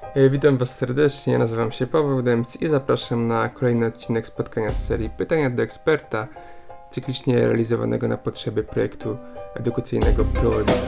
Witam Was serdecznie, nazywam się Paweł Demc i zapraszam na kolejny odcinek spotkania z serii Pytania do eksperta, cyklicznie realizowanego na potrzeby projektu edukacyjnego ProWebinar.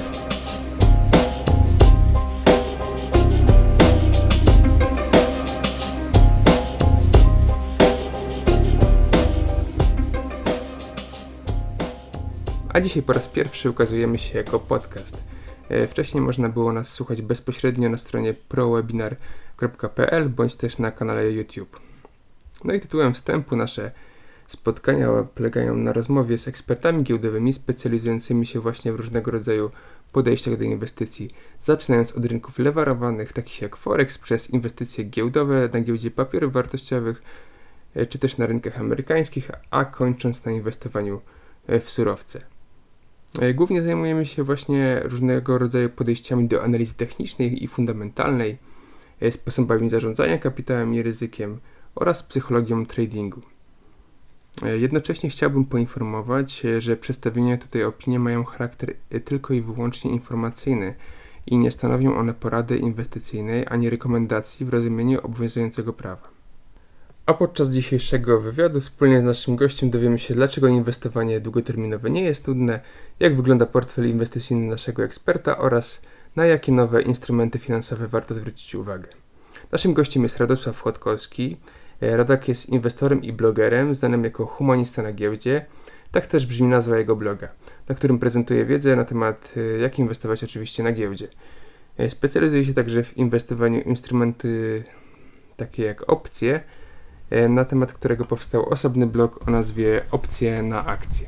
A dzisiaj po raz pierwszy ukazujemy się jako podcast. Wcześniej można było nas słuchać bezpośrednio na stronie prowebinar.pl bądź też na kanale YouTube. No i tytułem wstępu nasze spotkania polegają na rozmowie z ekspertami giełdowymi specjalizującymi się właśnie w różnego rodzaju podejściach do inwestycji, zaczynając od rynków lewarowanych, takich jak Forex, przez inwestycje giełdowe na giełdzie papierów wartościowych, czy też na rynkach amerykańskich, a kończąc na inwestowaniu w surowce. Głównie zajmujemy się właśnie różnego rodzaju podejściami do analizy technicznej i fundamentalnej, sposobami zarządzania kapitałem i ryzykiem oraz psychologią tradingu. Jednocześnie chciałbym poinformować, że przedstawione tutaj opinie mają charakter tylko i wyłącznie informacyjny i nie stanowią one porady inwestycyjnej ani rekomendacji w rozumieniu obowiązującego prawa. A podczas dzisiejszego wywiadu wspólnie z naszym gościem dowiemy się, dlaczego inwestowanie długoterminowe nie jest nudne, jak wygląda portfel inwestycyjny naszego eksperta oraz na jakie nowe instrumenty finansowe warto zwrócić uwagę. Naszym gościem jest Radosław Chłodkowski. Radak jest inwestorem i blogerem, znanym jako humanista na giełdzie. Tak też brzmi nazwa jego bloga, na którym prezentuje wiedzę na temat, jak inwestować oczywiście na giełdzie. Specjalizuje się także w inwestowaniu w instrumenty takie jak opcje, na temat którego powstał osobny blog o nazwie Opcje na akcje.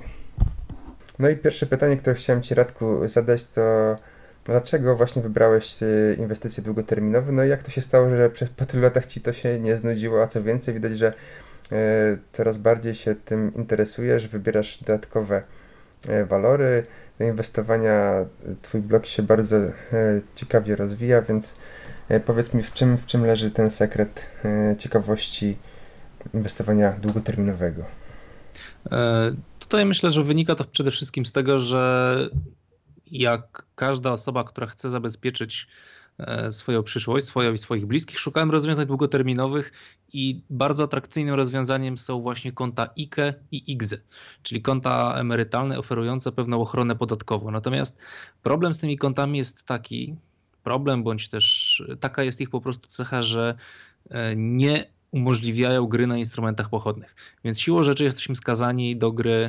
No i pierwsze pytanie, które chciałem Ci, Radku, zadać, to dlaczego właśnie wybrałeś inwestycje długoterminowe? No i jak to się stało, że po tylu latach Ci to się nie znudziło, a co więcej, widać, że coraz bardziej się tym interesujesz, wybierasz dodatkowe walory do inwestowania. Twój blog się bardzo ciekawie rozwija, więc powiedz mi, w czym leży ten sekret ciekawości inwestowania długoterminowego? Tutaj myślę, że wynika to przede wszystkim z tego, że jak każda osoba, która chce zabezpieczyć swoją przyszłość, swoją i swoich bliskich, szukałem rozwiązań długoterminowych i bardzo atrakcyjnym rozwiązaniem są właśnie konta IKE i IGZE, czyli konta emerytalne oferujące pewną ochronę podatkową. Natomiast problem z tymi kontami jest taki, bądź też taka jest ich po prostu cecha, że nie umożliwiają gry na instrumentach pochodnych. Więc siłą rzeczy jesteśmy skazani do gry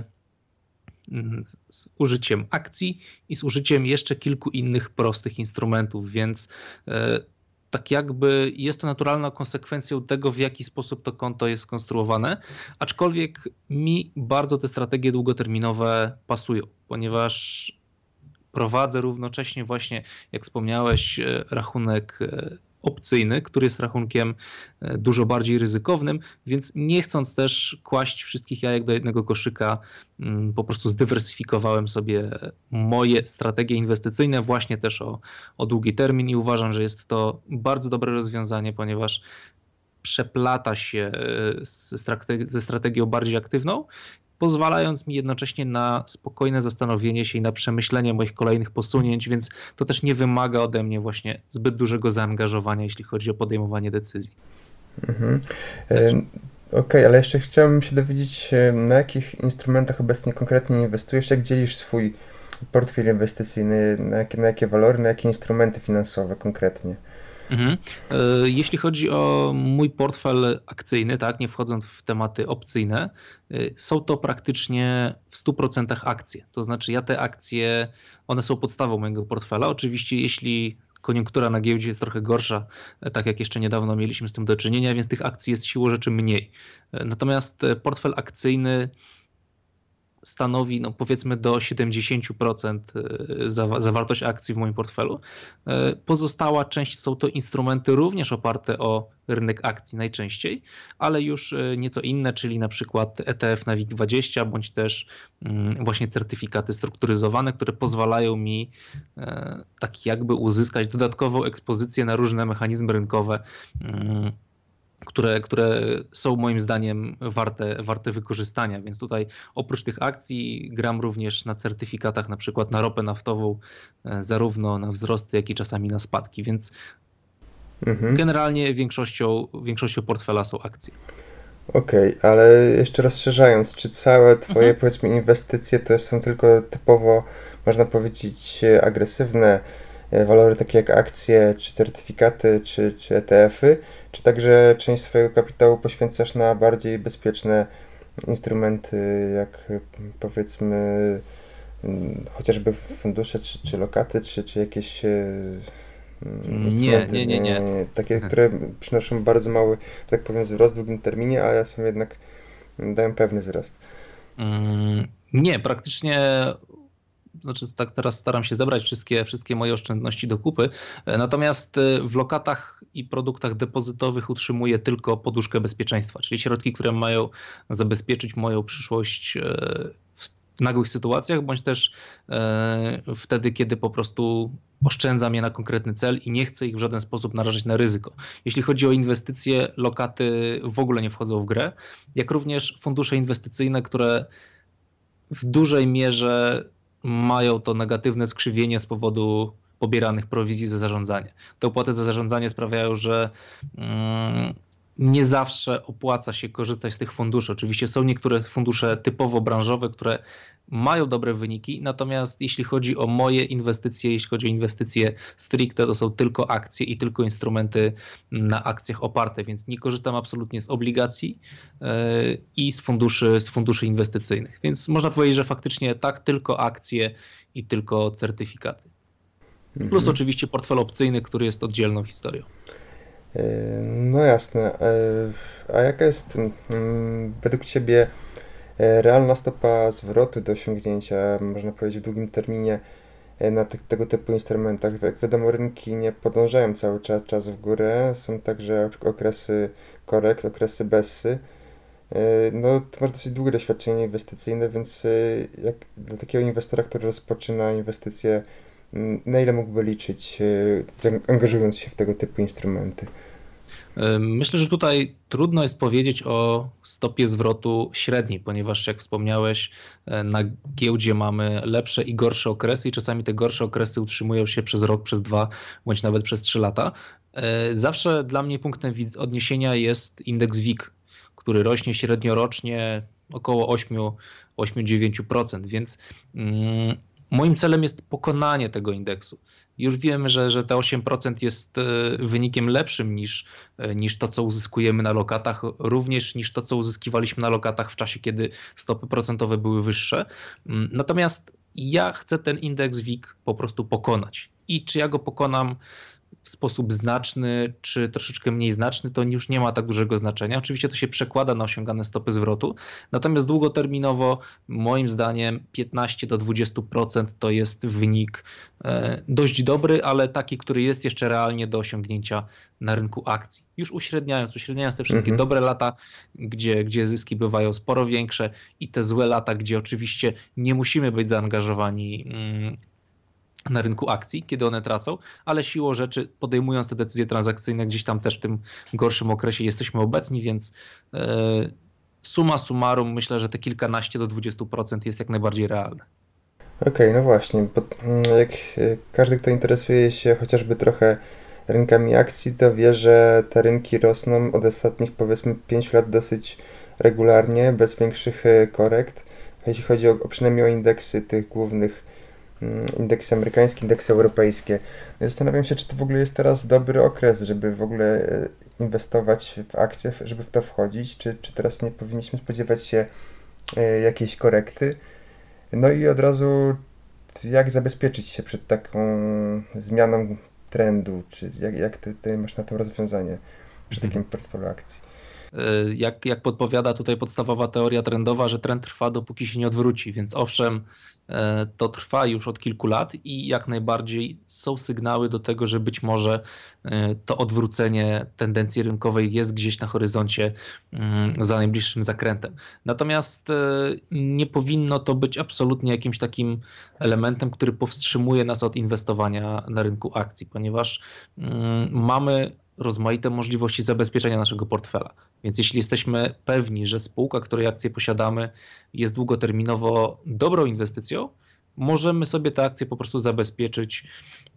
z użyciem akcji i z użyciem jeszcze kilku innych prostych instrumentów, więc tak jakby jest to naturalną konsekwencją tego, w jaki sposób to konto jest skonstruowane, aczkolwiek mi bardzo te strategie długoterminowe pasują, ponieważ prowadzę równocześnie właśnie, jak wspomniałeś, rachunek opcyjny, który jest rachunkiem dużo bardziej ryzykownym, więc nie chcąc też kłaść wszystkich jajek do jednego koszyka, po prostu zdywersyfikowałem sobie moje strategie inwestycyjne właśnie też o długi termin i uważam, że jest to bardzo dobre rozwiązanie, ponieważ przeplata się ze strategią bardziej aktywną, pozwalając mi jednocześnie na spokojne zastanowienie się i na przemyślenie moich kolejnych posunięć, więc to też nie wymaga ode mnie właśnie zbyt dużego zaangażowania, jeśli chodzi o podejmowanie decyzji. Okej, ale jeszcze chciałbym się dowiedzieć, na jakich instrumentach obecnie konkretnie inwestujesz, jak dzielisz swój portfel inwestycyjny, na jakie walory, na jakie instrumenty finansowe konkretnie? Jeśli chodzi o mój portfel akcyjny, tak, nie wchodząc w tematy opcyjne, są to praktycznie w 100% akcje. To znaczy ja te akcje, one są podstawą mojego portfela. Oczywiście jeśli koniunktura na giełdzie jest trochę gorsza, tak jak jeszcze niedawno mieliśmy z tym do czynienia, więc tych akcji jest siłą rzeczy mniej. Natomiast portfel akcyjny stanowi powiedzmy do 70% zawartość akcji w moim portfelu. Pozostała część są to instrumenty również oparte o rynek akcji najczęściej, ale już nieco inne, czyli na przykład ETF na WIG20 bądź też właśnie certyfikaty strukturyzowane, które pozwalają mi tak jakby uzyskać dodatkową ekspozycję na różne mechanizmy rynkowe, które są moim zdaniem warte wykorzystania, więc tutaj oprócz tych akcji gram również na certyfikatach, na przykład na ropę naftową, zarówno na wzrosty, jak i czasami na spadki, więc Generalnie większością portfela są akcje. Okej, ale jeszcze rozszerzając, czy całe twoje powiedzmy inwestycje to są tylko typowo, można powiedzieć, agresywne walory takie jak akcje, czy certyfikaty, czy ETF-y, czy także część swojego kapitału poświęcasz na bardziej bezpieczne instrumenty, jak powiedzmy chociażby fundusze, czy lokaty, czy jakieś instrumenty Nie. takie, które przynoszą bardzo mały, że tak powiem, wzrost w długim terminie, ale są jednak dają pewny wzrost. Nie, praktycznie, znaczy tak teraz staram się zebrać wszystkie moje oszczędności do kupy, natomiast w lokatach i produktach depozytowych utrzymuję tylko poduszkę bezpieczeństwa, czyli środki, które mają zabezpieczyć moją przyszłość w nagłych sytuacjach, bądź też wtedy, kiedy po prostu oszczędzam je na konkretny cel i nie chcę ich w żaden sposób narażać na ryzyko. Jeśli chodzi o inwestycje, lokaty w ogóle nie wchodzą w grę, jak również fundusze inwestycyjne, które w dużej mierze mają to negatywne skrzywienie z powodu pobieranych prowizji za zarządzanie. Te opłaty za zarządzanie sprawiają, że nie zawsze opłaca się korzystać z tych funduszy. Oczywiście są niektóre fundusze typowo branżowe, które mają dobre wyniki, natomiast jeśli chodzi o moje inwestycje, jeśli chodzi o inwestycje stricte, to są tylko akcje i tylko instrumenty na akcjach oparte, więc nie korzystam absolutnie z obligacji i z funduszy inwestycyjnych. Więc można powiedzieć, że faktycznie tak, tylko akcje i tylko certyfikaty. Plus oczywiście portfel opcyjny, który jest oddzielną historią. No jasne. A jaka jest według Ciebie realna stopa zwrotu do osiągnięcia, można powiedzieć, w długim terminie na tego typu instrumentach? Jak wiadomo, rynki nie podążają cały czas w górę, są także okresy korekt, okresy bessy. No, to masz dosyć długie doświadczenie inwestycyjne, więc jak dla takiego inwestora, który rozpoczyna inwestycje, na ile mógłby liczyć, angażując się w tego typu instrumenty? Myślę, że tutaj trudno jest powiedzieć o stopie zwrotu średniej, ponieważ jak wspomniałeś, na giełdzie mamy lepsze i gorsze okresy i czasami te gorsze okresy utrzymują się przez rok, przez 2 bądź nawet przez 3 lata. Zawsze dla mnie punktem odniesienia jest indeks WIG, który rośnie średnio rocznie około 8-9%, więc moim celem jest pokonanie tego indeksu. Już wiemy, że te 8% jest wynikiem lepszym niż to, co uzyskujemy na lokatach, również niż to, co uzyskiwaliśmy na lokatach w czasie, kiedy stopy procentowe były wyższe. Natomiast ja chcę ten indeks WIG po prostu pokonać. I czy ja go pokonam w sposób znaczny, czy troszeczkę mniej znaczny, to już nie ma tak dużego znaczenia. Oczywiście to się przekłada na osiągane stopy zwrotu, natomiast długoterminowo moim zdaniem 15-20% to jest wynik dość dobry, ale taki, który jest jeszcze realnie do osiągnięcia na rynku akcji. Już uśredniając te wszystkie dobre lata, gdzie zyski bywają sporo większe i te złe lata, gdzie oczywiście nie musimy być zaangażowani na rynku akcji, kiedy one tracą, ale siłą rzeczy podejmując te decyzje transakcyjne gdzieś tam też w tym gorszym okresie jesteśmy obecni, więc summa summarum myślę, że te kilkanaście do 20% jest jak najbardziej realne. Okej, no właśnie, bo jak każdy, kto interesuje się chociażby trochę rynkami akcji, to wie, że te rynki rosną od ostatnich powiedzmy 5 lat dosyć regularnie, bez większych korekt, jeśli chodzi przynajmniej o indeksy tych głównych, indeksy amerykańskie, indeksy europejskie. Zastanawiam się, czy to w ogóle jest teraz dobry okres, żeby w ogóle inwestować w akcje, żeby w to wchodzić, czy teraz nie powinniśmy spodziewać się jakiejś korekty. No i od razu jak zabezpieczyć się przed taką zmianą trendu, czy jak ty masz na to rozwiązanie przy takim portfelu akcji? Jak podpowiada tutaj podstawowa teoria trendowa, że trend trwa dopóki się nie odwróci, więc owszem, to trwa już od kilku lat i jak najbardziej są sygnały do tego, że być może to odwrócenie tendencji rynkowej jest gdzieś na horyzoncie za najbliższym zakrętem. Natomiast nie powinno to być absolutnie jakimś takim elementem, który powstrzymuje nas od inwestowania na rynku akcji, ponieważ mamy rozmaite możliwości zabezpieczenia naszego portfela. Więc jeśli jesteśmy pewni, że spółka, której akcje posiadamy, jest długoterminowo dobrą inwestycją, możemy sobie te akcje po prostu zabezpieczyć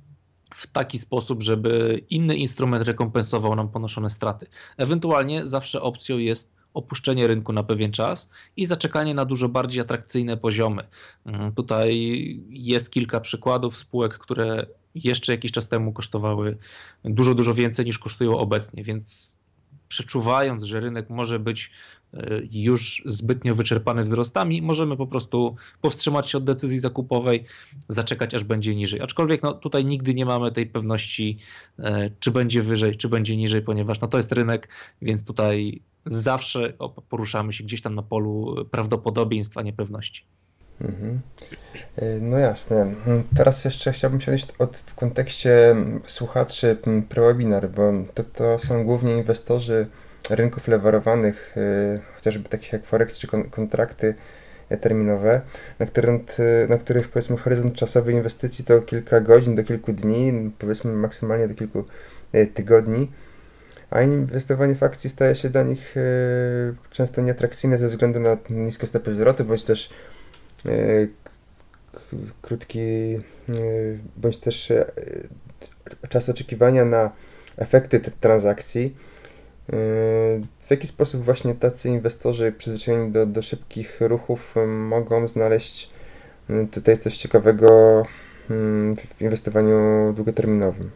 w taki sposób, żeby inny instrument rekompensował nam ponoszone straty. Ewentualnie zawsze opcją jest opuszczenie rynku na pewien czas i zaczekanie na dużo bardziej atrakcyjne poziomy. Tutaj jest kilka przykładów spółek, które jeszcze jakiś czas temu kosztowały dużo więcej niż kosztują obecnie, więc przeczuwając, że rynek może być już zbytnio wyczerpany wzrostami, możemy po prostu powstrzymać się od decyzji zakupowej, zaczekać aż będzie niżej. Aczkolwiek tutaj nigdy nie mamy tej pewności, czy będzie wyżej, czy będzie niżej, ponieważ to jest rynek, więc tutaj zawsze poruszamy się gdzieś tam na polu prawdopodobieństwa, niepewności. No jasne. Teraz jeszcze chciałbym się odnieść w kontekście słuchaczy ProWebinar, bo to są głównie inwestorzy rynków lewarowanych, chociażby takich jak Forex czy kontrakty terminowe, na których powiedzmy horyzont czasowy inwestycji to kilka godzin do kilku dni, powiedzmy maksymalnie do kilku tygodni, a inwestowanie w akcji staje się dla nich często nieatrakcyjne ze względu na niskie stopy zwrotu, bądź też krótki, bądź też czas oczekiwania na efekty transakcji. W jaki sposób właśnie tacy inwestorzy przyzwyczajeni do szybkich ruchów mogą znaleźć tutaj coś ciekawego w inwestowaniu długoterminowym?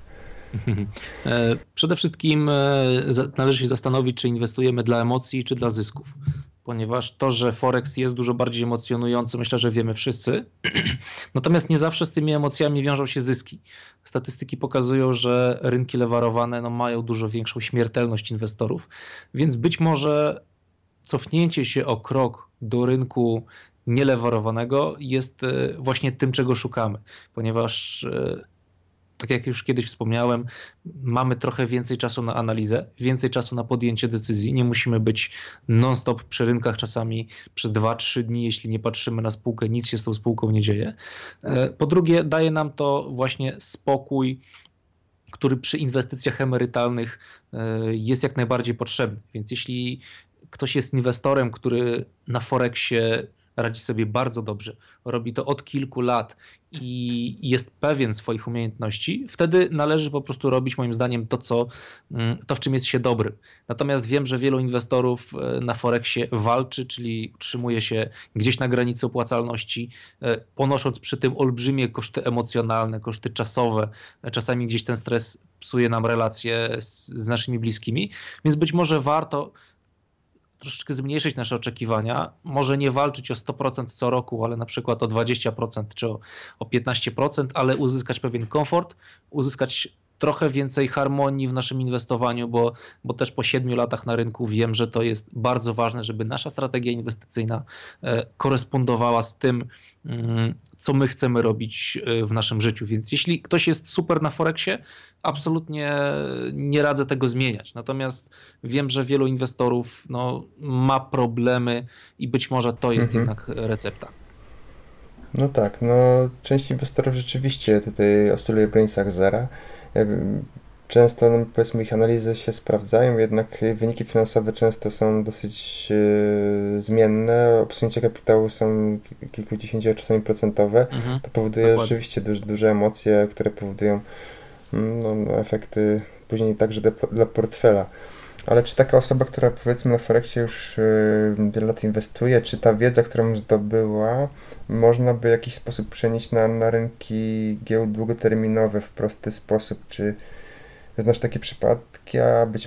Przede wszystkim należy się zastanowić, czy inwestujemy dla emocji, czy dla zysków. Ponieważ to, że Forex jest dużo bardziej emocjonujący, myślę, że wiemy wszyscy. Natomiast nie zawsze z tymi emocjami wiążą się zyski. Statystyki pokazują, że rynki lewarowane mają dużo większą śmiertelność inwestorów, więc być może cofnięcie się o krok do rynku nielewarowanego jest właśnie tym, czego szukamy, ponieważ tak jak już kiedyś wspomniałem, mamy trochę więcej czasu na analizę, więcej czasu na podjęcie decyzji. Nie musimy być non-stop przy rynkach czasami przez 2-3 dni, jeśli nie patrzymy na spółkę, nic się z tą spółką nie dzieje. Po drugie, daje nam to właśnie spokój, który przy inwestycjach emerytalnych jest jak najbardziej potrzebny. Więc jeśli ktoś jest inwestorem, który na Forexie radzi sobie bardzo dobrze, robi to od kilku lat i jest pewien swoich umiejętności, wtedy należy po prostu robić moim zdaniem to w czym jest się dobrym. Natomiast wiem, że wielu inwestorów na Forexie walczy, czyli utrzymuje się gdzieś na granicy opłacalności, ponosząc przy tym olbrzymie koszty emocjonalne, koszty czasowe. Czasami gdzieś ten stres psuje nam relacje z naszymi bliskimi, więc być może warto troszeczkę zmniejszyć nasze oczekiwania, może nie walczyć o 100% co roku, ale na przykład o 20% czy o 15%, ale uzyskać pewien komfort, uzyskać trochę więcej harmonii w naszym inwestowaniu, bo też po 7 latach na rynku wiem, że to jest bardzo ważne, żeby nasza strategia inwestycyjna korespondowała z tym, co my chcemy robić w naszym życiu. Więc jeśli ktoś jest super na Forexie, absolutnie nie radzę tego zmieniać. Natomiast wiem, że wielu inwestorów ma problemy i być może to jest jednak recepta. No tak, część inwestorów rzeczywiście tutaj oscyluje w granicach zera. Często, powiedzmy, ich analizy się sprawdzają, jednak wyniki finansowe często są dosyć zmienne. Obsunięcia kapitału są kilkudziesięcio, czasami procentowe. To powoduje dokładnie. rzeczywiście duże emocje, które powodują efekty później także dla portfela. Ale czy taka osoba, która powiedzmy na Forexie już wiele lat inwestuje, czy ta wiedza, którą zdobyła, można by w jakiś sposób przenieść na rynki giełd długoterminowe w prosty sposób? Czy znasz takie przypadki, a być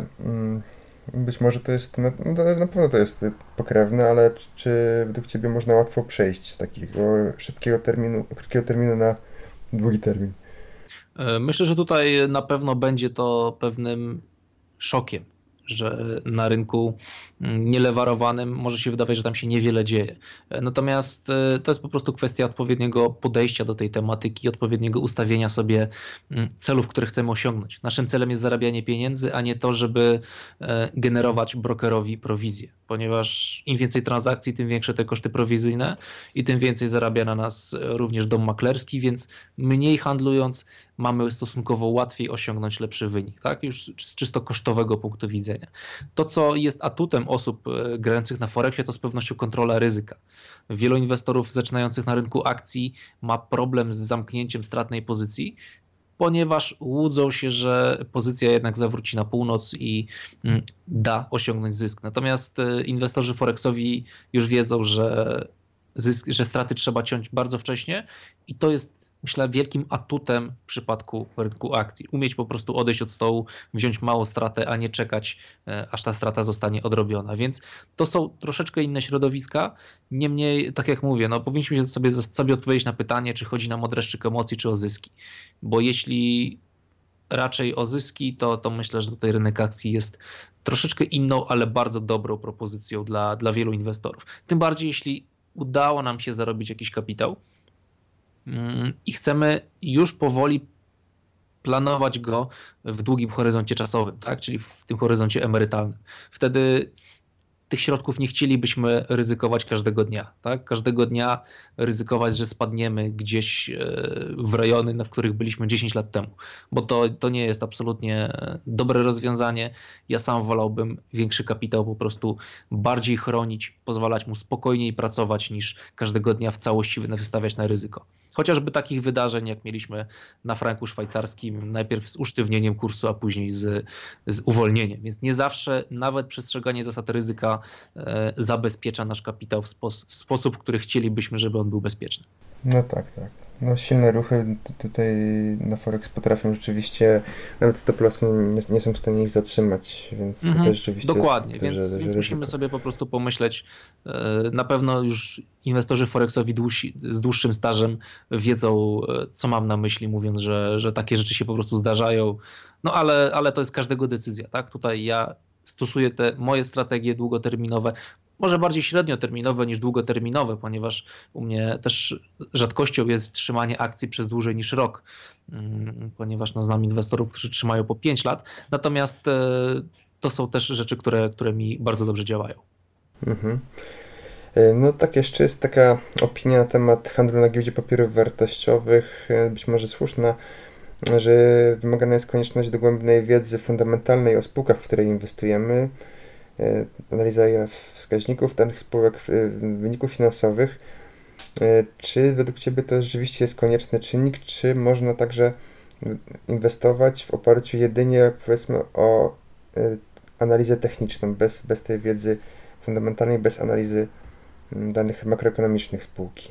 może to jest, na pewno to jest pokrewne, ale czy według Ciebie można łatwo przejść z takiego krótkiego terminu na długi termin? Myślę, że tutaj na pewno będzie to pewnym szokiem, że na rynku nielewarowanym może się wydawać, że tam się niewiele dzieje. Natomiast to jest po prostu kwestia odpowiedniego podejścia do tej tematyki, odpowiedniego ustawienia sobie celów, które chcemy osiągnąć. Naszym celem jest zarabianie pieniędzy, a nie to, żeby generować brokerowi prowizję, ponieważ im więcej transakcji, tym większe te koszty prowizyjne i tym więcej zarabia na nas również dom maklerski, więc mniej handlując mamy stosunkowo łatwiej osiągnąć lepszy wynik, tak? Już z czysto kosztowego punktu widzenia. To, co jest atutem osób grających na Forexie, to z pewnością kontrola ryzyka. Wielu inwestorów zaczynających na rynku akcji ma problem z zamknięciem stratnej pozycji, ponieważ łudzą się, że pozycja jednak zawróci na północ i da osiągnąć zysk. Natomiast inwestorzy forexowi już wiedzą, że straty trzeba ciąć bardzo wcześnie i to jest, myślę, wielkim atutem w przypadku rynku akcji. Umieć po prostu odejść od stołu, wziąć małą stratę, a nie czekać, aż ta strata zostanie odrobiona. Więc to są troszeczkę inne środowiska. Niemniej, tak jak mówię, powinniśmy sobie odpowiedzieć na pytanie, czy chodzi nam o dreszczyk emocji, czy o zyski. Bo jeśli raczej o zyski, to myślę, że tutaj rynek akcji jest troszeczkę inną, ale bardzo dobrą propozycją dla wielu inwestorów. Tym bardziej, jeśli udało nam się zarobić jakiś kapitał i chcemy już powoli planować go w długim horyzoncie czasowym, tak? Czyli w tym horyzoncie emerytalnym. Wtedy tych środków nie chcielibyśmy ryzykować każdego dnia. Tak? Każdego dnia ryzykować, że spadniemy gdzieś w rejony, w których byliśmy 10 lat temu, bo to nie jest absolutnie dobre rozwiązanie. Ja sam wolałbym większy kapitał po prostu bardziej chronić, pozwalać mu spokojniej pracować, niż każdego dnia w całości wystawiać na ryzyko. Chociażby takich wydarzeń, jak mieliśmy na franku szwajcarskim, najpierw z usztywnieniem kursu, a później z uwolnieniem. Więc nie zawsze nawet przestrzeganie zasad ryzyka zabezpiecza nasz kapitał w sposób, który chcielibyśmy, żeby on był bezpieczny. No tak. Silne ruchy tutaj na Forex potrafią rzeczywiście, nawet stop lossy nie są w stanie ich zatrzymać, więc to też rzeczywiście dokładnie, jest więc musimy sobie po prostu pomyśleć, na pewno już inwestorzy forexowi z dłuższym stażem wiedzą, co mam na myśli, mówiąc, że takie rzeczy się po prostu zdarzają, ale to jest każdego decyzja, tak? Tutaj ja stosuję te moje strategie długoterminowe, może bardziej średnioterminowe niż długoterminowe, ponieważ u mnie też rzadkością jest trzymanie akcji przez dłużej niż rok, ponieważ znam inwestorów, którzy trzymają po 5 lat, natomiast to są też rzeczy, które mi bardzo dobrze działają. No tak, jeszcze jest taka opinia na temat handlu na giełdzie papierów wartościowych, być może słuszna, że wymagana jest konieczność dogłębnej wiedzy fundamentalnej o spółkach, w które inwestujemy, analiza wskaźników danych spółek, wyników finansowych. Czy według Ciebie to rzeczywiście jest konieczny czynnik, czy można także inwestować w oparciu jedynie, powiedzmy, o analizę techniczną, bez tej wiedzy fundamentalnej, bez analizy danych makroekonomicznych spółki?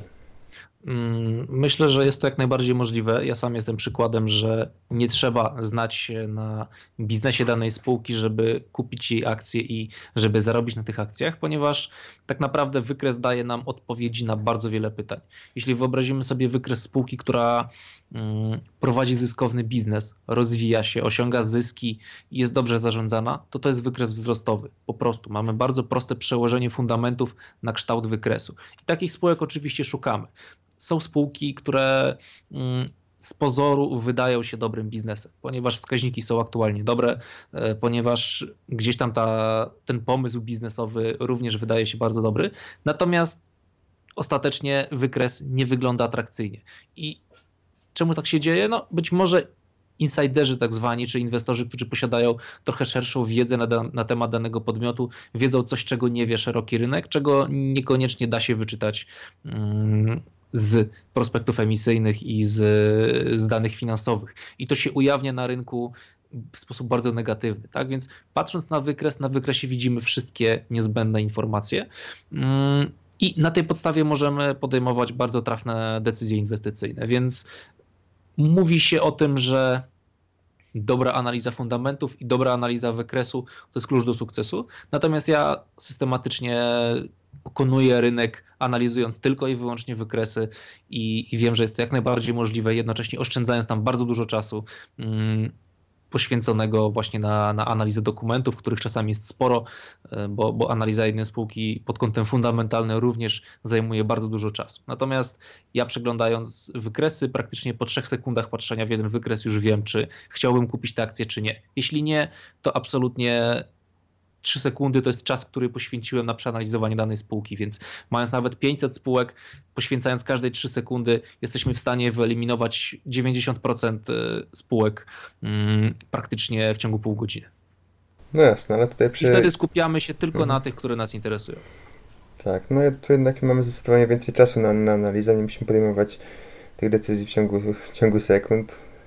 Myślę, że jest to jak najbardziej możliwe. Ja sam jestem przykładem, że nie trzeba znać się na biznesie danej spółki, żeby kupić jej akcje i żeby zarobić na tych akcjach, ponieważ tak naprawdę wykres daje nam odpowiedzi na bardzo wiele pytań. Jeśli wyobrazimy sobie wykres spółki, która prowadzi zyskowny biznes, rozwija się, osiąga zyski i jest dobrze zarządzana, to jest wykres wzrostowy. Po prostu mamy bardzo proste przełożenie fundamentów na kształt wykresu. I takich spółek oczywiście szukamy. Są spółki, które z pozoru wydają się dobrym biznesem, ponieważ wskaźniki są aktualnie dobre, ponieważ gdzieś tam ten pomysł biznesowy również wydaje się bardzo dobry, natomiast ostatecznie wykres nie wygląda atrakcyjnie. I czemu tak się dzieje? Być może insiderzy tak zwani, czy inwestorzy, którzy posiadają trochę szerszą wiedzę na temat danego podmiotu, wiedzą coś, czego nie wie szeroki rynek, czego niekoniecznie da się wyczytać z prospektów emisyjnych i z danych finansowych. I to się ujawnia na rynku w sposób bardzo negatywny. Tak? Więc patrząc na wykresie widzimy wszystkie niezbędne informacje i na tej podstawie możemy podejmować bardzo trafne decyzje inwestycyjne. Więc mówi się o tym, że dobra analiza fundamentów i dobra analiza wykresu to jest klucz do sukcesu. Natomiast ja systematycznie pokonuję rynek, analizując tylko i wyłącznie wykresy i wiem, że jest to jak najbardziej możliwe, jednocześnie oszczędzając tam bardzo dużo czasu poświęconego właśnie na analizę dokumentów, których czasami jest sporo, bo analiza jednej spółki pod kątem fundamentalnym również zajmuje bardzo dużo czasu. Natomiast ja przeglądając wykresy, praktycznie po 3 sekundach patrzenia w jeden wykres już wiem, czy chciałbym kupić tę akcję, czy nie. Jeśli nie, to absolutnie 3 sekundy to jest czas, który poświęciłem na przeanalizowanie danej spółki, więc mając nawet 500 spółek, poświęcając każdej 3 sekundy, jesteśmy w stanie wyeliminować 90% spółek praktycznie w ciągu pół godziny. No jasne, ale tutaj I wtedy skupiamy się tylko na tych, które nas interesują. Tak, tu jednak mamy zdecydowanie więcej czasu na analizę, nie musimy podejmować tych decyzji w ciągu sekund.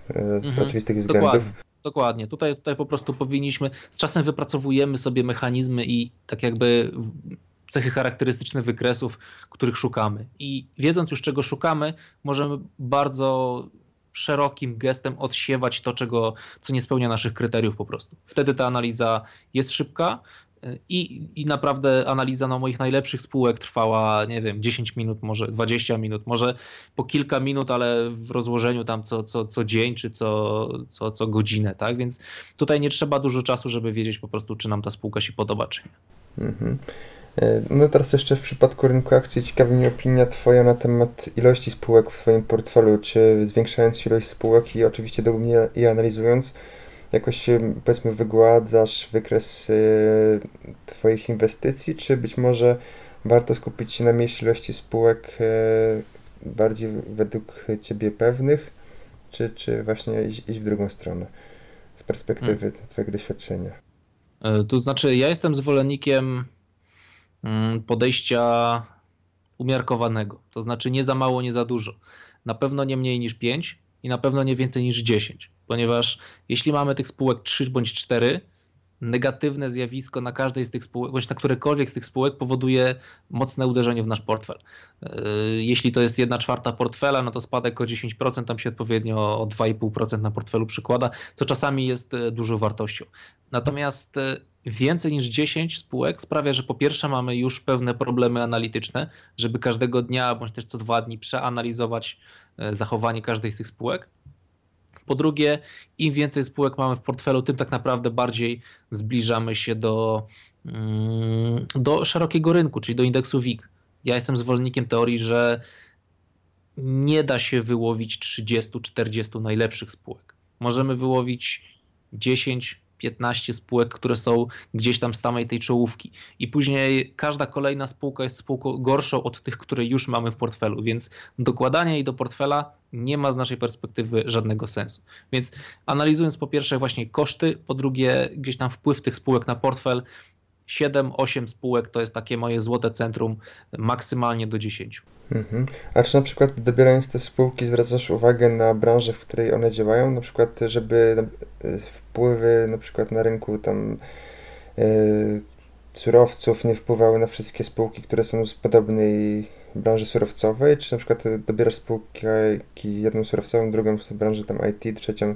z oczywistych względów. Dokładnie. Tutaj po prostu powinniśmy, z czasem wypracowujemy sobie mechanizmy i tak jakby cechy charakterystyczne wykresów, których szukamy. I wiedząc już czego szukamy, możemy bardzo szerokim gestem odsiewać to, co nie spełnia naszych kryteriów po prostu. Wtedy ta analiza jest szybka i naprawdę analiza moich najlepszych spółek trwała, nie wiem, 10 minut, może 20 minut, może po kilka minut, ale w rozłożeniu tam co dzień czy co godzinę, tak? Więc tutaj nie trzeba dużo czasu, żeby wiedzieć po prostu, czy nam ta spółka się podoba, czy nie. Mhm. No teraz jeszcze w przypadku rynku akcji ciekawi mnie opinia Twoja na temat ilości spółek w Twoim portfelu, czy zwiększając ilość spółek i oczywiście dogłębnie je analizując, jakoś powiedzmy wygładzasz wykres Twoich inwestycji, czy być może warto skupić się na mniejszej ilości spółek bardziej według Ciebie pewnych, czy właśnie iść w drugą stronę z perspektywy Twojego doświadczenia? To znaczy ja jestem zwolennikiem podejścia umiarkowanego, to znaczy nie za mało, nie za dużo. Na pewno nie mniej niż 5 i na pewno nie więcej niż 10, ponieważ jeśli mamy tych spółek 3 bądź 4, negatywne zjawisko na każdej z tych spółek, bądź na którekolwiek z tych spółek powoduje mocne uderzenie w nasz portfel. Jeśli to jest 1/4 portfela, no to spadek o 10%, tam się odpowiednio o 2,5% na portfelu przykłada, co czasami jest dużą wartością. Natomiast więcej niż 10 spółek sprawia, że po pierwsze mamy już pewne problemy analityczne, żeby każdego dnia bądź też co 2 dni przeanalizować zachowanie każdej z tych spółek. Po drugie, im więcej spółek mamy w portfelu, tym tak naprawdę bardziej zbliżamy się do szerokiego rynku, czyli do indeksu WIG. Ja jestem zwolennikiem teorii, że nie da się wyłowić 30-40 najlepszych spółek. Możemy wyłowić 10-15 spółek, które są gdzieś tam z samej tej czołówki i później każda kolejna spółka jest spółką gorszą od tych, które już mamy w portfelu, więc dokładanie jej do portfela nie ma z naszej perspektywy żadnego sensu. Więc analizując po pierwsze właśnie koszty, po drugie gdzieś tam wpływ tych spółek na portfel, 7-8 spółek to jest takie moje złote centrum, maksymalnie do 10. Mhm. A czy na przykład dobierając te spółki zwracasz uwagę na branżę, w której one działają? Na przykład, żeby wpływy na przykład na rynku tam surowców nie wpływały na wszystkie spółki, które są z podobnej branży surowcowej? Czy na przykład dobierasz spółki jedną surowcową, drugą w branży tam IT, trzecią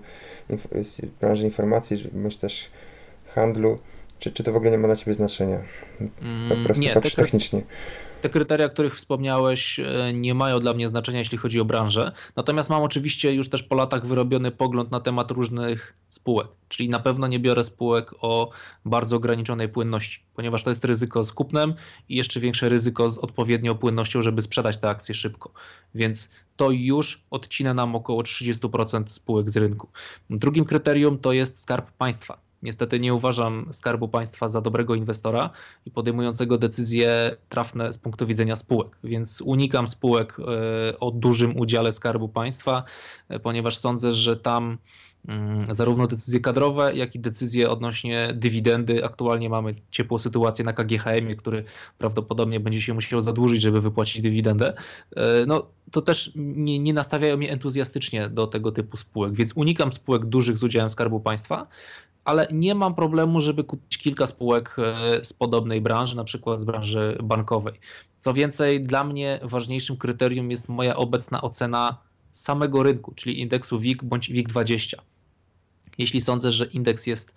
w branży informacji, bądź też handlu? Czy to w ogóle nie ma dla Ciebie znaczenia? Po prostu Nie, patrzysz technicznie. Te kryteria, o których wspomniałeś, nie mają dla mnie znaczenia, jeśli chodzi o branżę. Natomiast mam oczywiście już też po latach wyrobiony pogląd na temat różnych spółek. Czyli na pewno nie biorę spółek o bardzo ograniczonej płynności, ponieważ to jest ryzyko z kupnem i jeszcze większe ryzyko z odpowiednią płynnością, żeby sprzedać te akcje szybko. Więc to już odcina nam około 30% spółek z rynku. Drugim kryterium to jest Skarb Państwa. Niestety nie uważam Skarbu Państwa za dobrego inwestora i podejmującego decyzje trafne z punktu widzenia spółek, więc unikam spółek o dużym udziale Skarbu Państwa, ponieważ sądzę, że tam zarówno decyzje kadrowe, jak i decyzje odnośnie dywidendy. Aktualnie mamy ciepłą sytuację na KGHM-ie, który prawdopodobnie będzie się musiał zadłużyć, żeby wypłacić dywidendę. No, to też nie nastawiają mnie entuzjastycznie do tego typu spółek, więc unikam spółek dużych z udziałem Skarbu Państwa, ale nie mam problemu, żeby kupić kilka spółek z podobnej branży, na przykład z branży bankowej. Co więcej, dla mnie ważniejszym kryterium jest moja obecna ocena samego rynku, czyli indeksu WIG bądź WIG20. Jeśli sądzę, że indeks jest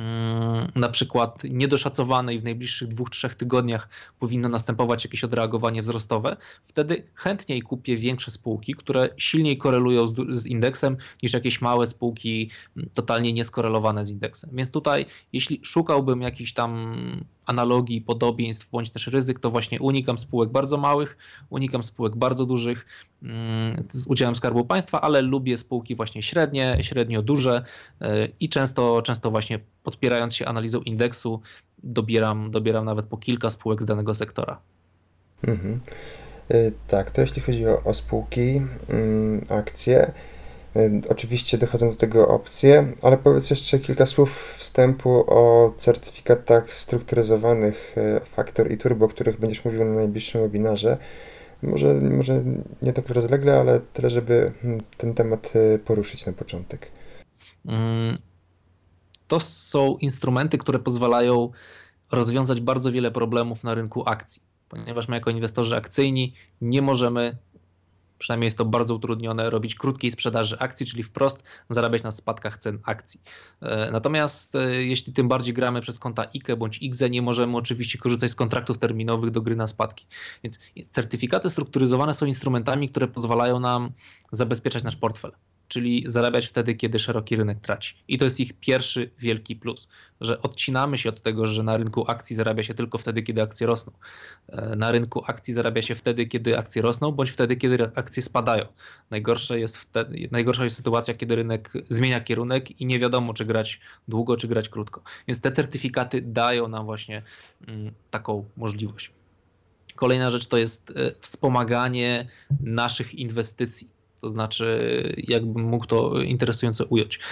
na przykład niedoszacowany i w najbliższych 2-3 tygodniach powinno następować jakieś odreagowanie wzrostowe, wtedy chętniej kupię większe spółki, które silniej korelują z indeksem niż jakieś małe spółki totalnie nieskorelowane z indeksem. Więc tutaj, jeśli szukałbym jakichś tam analogii, podobieństw bądź też ryzyk, to właśnie unikam spółek bardzo małych, unikam spółek bardzo dużych z udziałem Skarbu Państwa, ale lubię spółki właśnie średnie, średnio duże i często właśnie podpierając się analizą indeksu dobieram nawet po kilka spółek z danego sektora. Mhm. Tak, to jeśli chodzi o spółki, akcje. Oczywiście dochodzą do tego opcje, ale powiedz jeszcze kilka słów wstępu o certyfikatach strukturyzowanych Factor i Turbo, o których będziesz mówił na najbliższym webinarze. Może nie tak rozlegle, ale tyle, żeby ten temat poruszyć na początek. To są instrumenty, które pozwalają rozwiązać bardzo wiele problemów na rynku akcji, ponieważ my jako inwestorzy akcyjni nie możemy, przynajmniej jest to bardzo utrudnione, robić krótkiej sprzedaży akcji, czyli wprost zarabiać na spadkach cen akcji. Natomiast jeśli tym bardziej gramy przez konta IKE bądź IGZE, nie możemy oczywiście korzystać z kontraktów terminowych do gry na spadki. Więc certyfikaty strukturyzowane są instrumentami, które pozwalają nam zabezpieczać nasz portfel, czyli zarabiać wtedy, kiedy szeroki rynek traci. I to jest ich pierwszy wielki plus, że odcinamy się od tego, że na rynku akcji zarabia się tylko wtedy, kiedy akcje rosną. Na rynku akcji zarabia się wtedy, kiedy akcje rosną, bądź wtedy, kiedy akcje spadają. Najgorsza jest sytuacja, kiedy rynek zmienia kierunek i nie wiadomo, czy grać długo, czy grać krótko. Więc te certyfikaty dają nam właśnie taką możliwość. Kolejna rzecz to jest wspomaganie naszych inwestycji. To znaczy, jakbym mógł to interesująco ująć.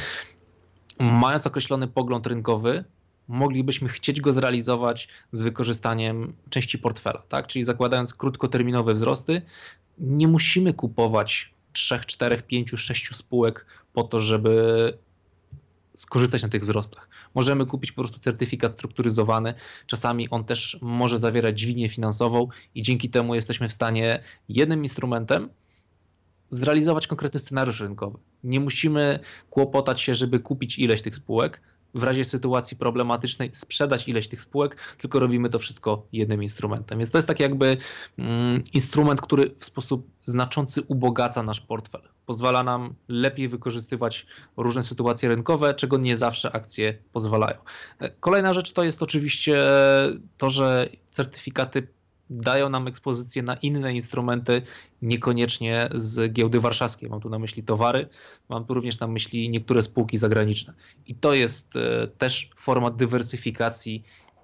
Mając określony pogląd rynkowy, moglibyśmy chcieć go zrealizować z wykorzystaniem części portfela, tak? Czyli zakładając krótkoterminowe wzrosty, nie musimy kupować 3, 4, 5, 6 spółek po to, żeby skorzystać na tych wzrostach. Możemy kupić po prostu certyfikat strukturyzowany. Czasami on też może zawierać dźwignię finansową i dzięki temu jesteśmy w stanie jednym instrumentem zrealizować konkretny scenariusz rynkowy. Nie musimy kłopotać się, żeby kupić ileś tych spółek, w razie sytuacji problematycznej sprzedać ileś tych spółek, tylko robimy to wszystko jednym instrumentem. Więc to jest tak jakby instrument, który w sposób znaczący ubogaca nasz portfel. Pozwala nam lepiej wykorzystywać różne sytuacje rynkowe, czego nie zawsze akcje pozwalają. Kolejna rzecz to jest oczywiście to, że certyfikaty dają nam ekspozycję na inne instrumenty, niekoniecznie z giełdy warszawskiej. Mam tu na myśli towary, mam tu również na myśli niektóre spółki zagraniczne. I to jest też forma dywersyfikacji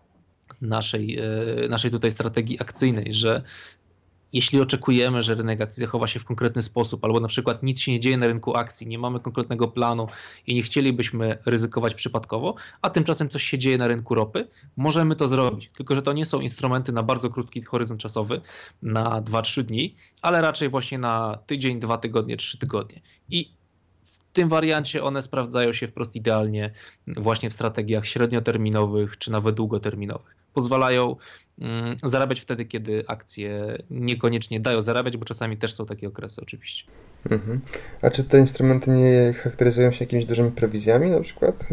naszej tutaj strategii akcyjnej, że jeśli oczekujemy, że rynek akcji zachowa się w konkretny sposób, albo na przykład nic się nie dzieje na rynku akcji, nie mamy konkretnego planu i nie chcielibyśmy ryzykować przypadkowo, a tymczasem coś się dzieje na rynku ropy, możemy to zrobić. Tylko że to nie są instrumenty na bardzo krótki horyzont czasowy, na 2-3 dni, ale raczej właśnie na tydzień, 2 tygodnie, 3 tygodnie. I w tym wariancie one sprawdzają się wprost idealnie właśnie w strategiach średnioterminowych czy nawet długoterminowych. Pozwalają zarabiać wtedy, kiedy akcje niekoniecznie dają zarabiać, bo czasami też są takie okresy oczywiście. Mhm. A czy te instrumenty nie charakteryzują się jakimiś dużymi prowizjami na przykład?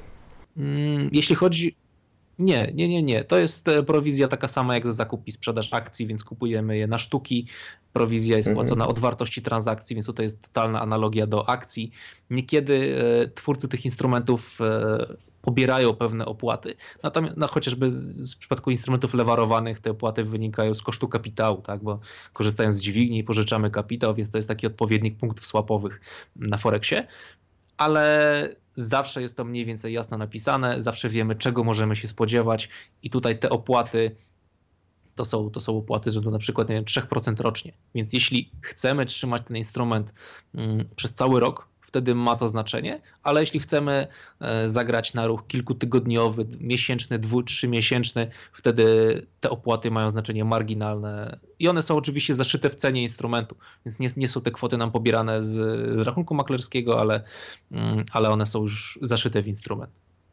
Jeśli chodzi... Nie. To jest prowizja taka sama jak za zakup i sprzedaż akcji, więc kupujemy je na sztuki. Prowizja jest płacona od wartości transakcji, więc tutaj jest totalna analogia do akcji. Niekiedy twórcy tych instrumentów pobierają pewne opłaty, natomiast chociażby w przypadku instrumentów lewarowanych te opłaty wynikają z kosztu kapitału, tak? Bo korzystając z dźwigni pożyczamy kapitał, więc to jest taki odpowiednik punktów swapowych na Forexie, ale zawsze jest to mniej więcej jasno napisane, zawsze wiemy, czego możemy się spodziewać i tutaj te opłaty to są opłaty rzędu na przykład 3% rocznie, więc jeśli chcemy trzymać ten instrument przez cały rok, wtedy ma to znaczenie, ale jeśli chcemy zagrać na ruch kilkutygodniowy, miesięczny, 2-3-miesięczny, wtedy te opłaty mają znaczenie marginalne i one są oczywiście zaszyte w cenie instrumentu, więc nie są te kwoty nam pobierane z rachunku maklerskiego, ale one są już zaszyte w instrument.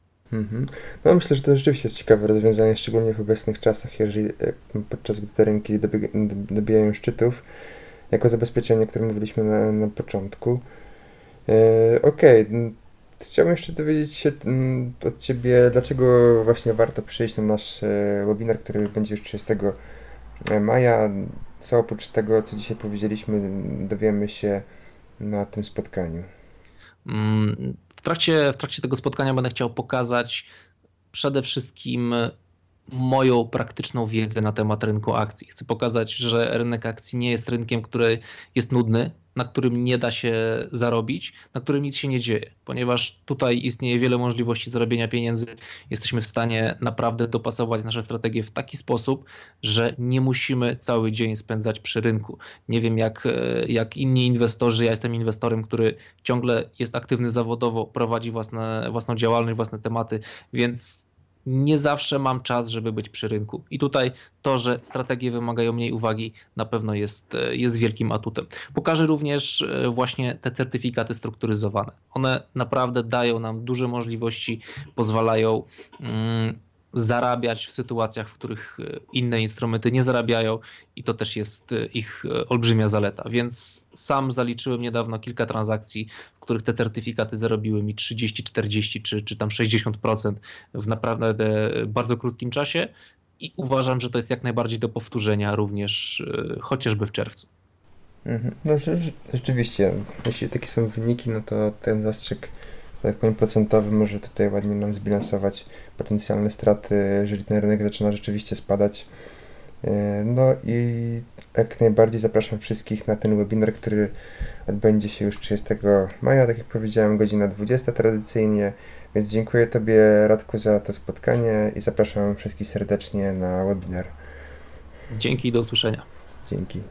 No myślę, że to rzeczywiście jest ciekawe rozwiązanie, szczególnie w obecnych czasach, podczas gdy te rynki dobijają szczytów, jako zabezpieczenie, o którym mówiliśmy na początku. Okej. Chciałbym jeszcze dowiedzieć się od Ciebie, dlaczego właśnie warto przyjść na nasz webinar, który będzie już 30 maja. Co oprócz tego, co dzisiaj powiedzieliśmy, dowiemy się na tym spotkaniu. W trakcie tego spotkania będę chciał pokazać przede wszystkim moją praktyczną wiedzę na temat rynku akcji. Chcę pokazać, że rynek akcji nie jest rynkiem, który jest nudny, na którym nie da się zarobić, na którym nic się nie dzieje, ponieważ tutaj istnieje wiele możliwości zarobienia pieniędzy. Jesteśmy w stanie naprawdę dopasować nasze strategie w taki sposób, że nie musimy cały dzień spędzać przy rynku. Nie wiem jak inni inwestorzy, ja jestem inwestorem, który ciągle jest aktywny zawodowo, prowadzi własną działalność, własne tematy, więc nie zawsze mam czas, żeby być przy rynku. I tutaj to, że strategie wymagają mniej uwagi, na pewno jest wielkim atutem. Pokażę również właśnie te certyfikaty strukturyzowane. One naprawdę dają nam duże możliwości, pozwalają zarabiać w sytuacjach, w których inne instrumenty nie zarabiają i to też jest ich olbrzymia zaleta. Więc sam zaliczyłem niedawno kilka transakcji, w których te certyfikaty zarobiły mi 30, 40 czy tam 60% w naprawdę bardzo krótkim czasie i uważam, że to jest jak najbardziej do powtórzenia również chociażby w czerwcu. No rzeczywiście, jeśli takie są wyniki, no to ten zastrzyk, tak powiem, procentowy może tutaj ładnie nam zbilansować potencjalne straty, jeżeli ten rynek zaczyna rzeczywiście spadać. No i jak najbardziej zapraszam wszystkich na ten webinar, który odbędzie się już 30 maja, tak jak powiedziałem, godzina 20 tradycyjnie, więc dziękuję Tobie, Radku, za to spotkanie i zapraszam wszystkich serdecznie na webinar. Dzięki i do usłyszenia. Dzięki.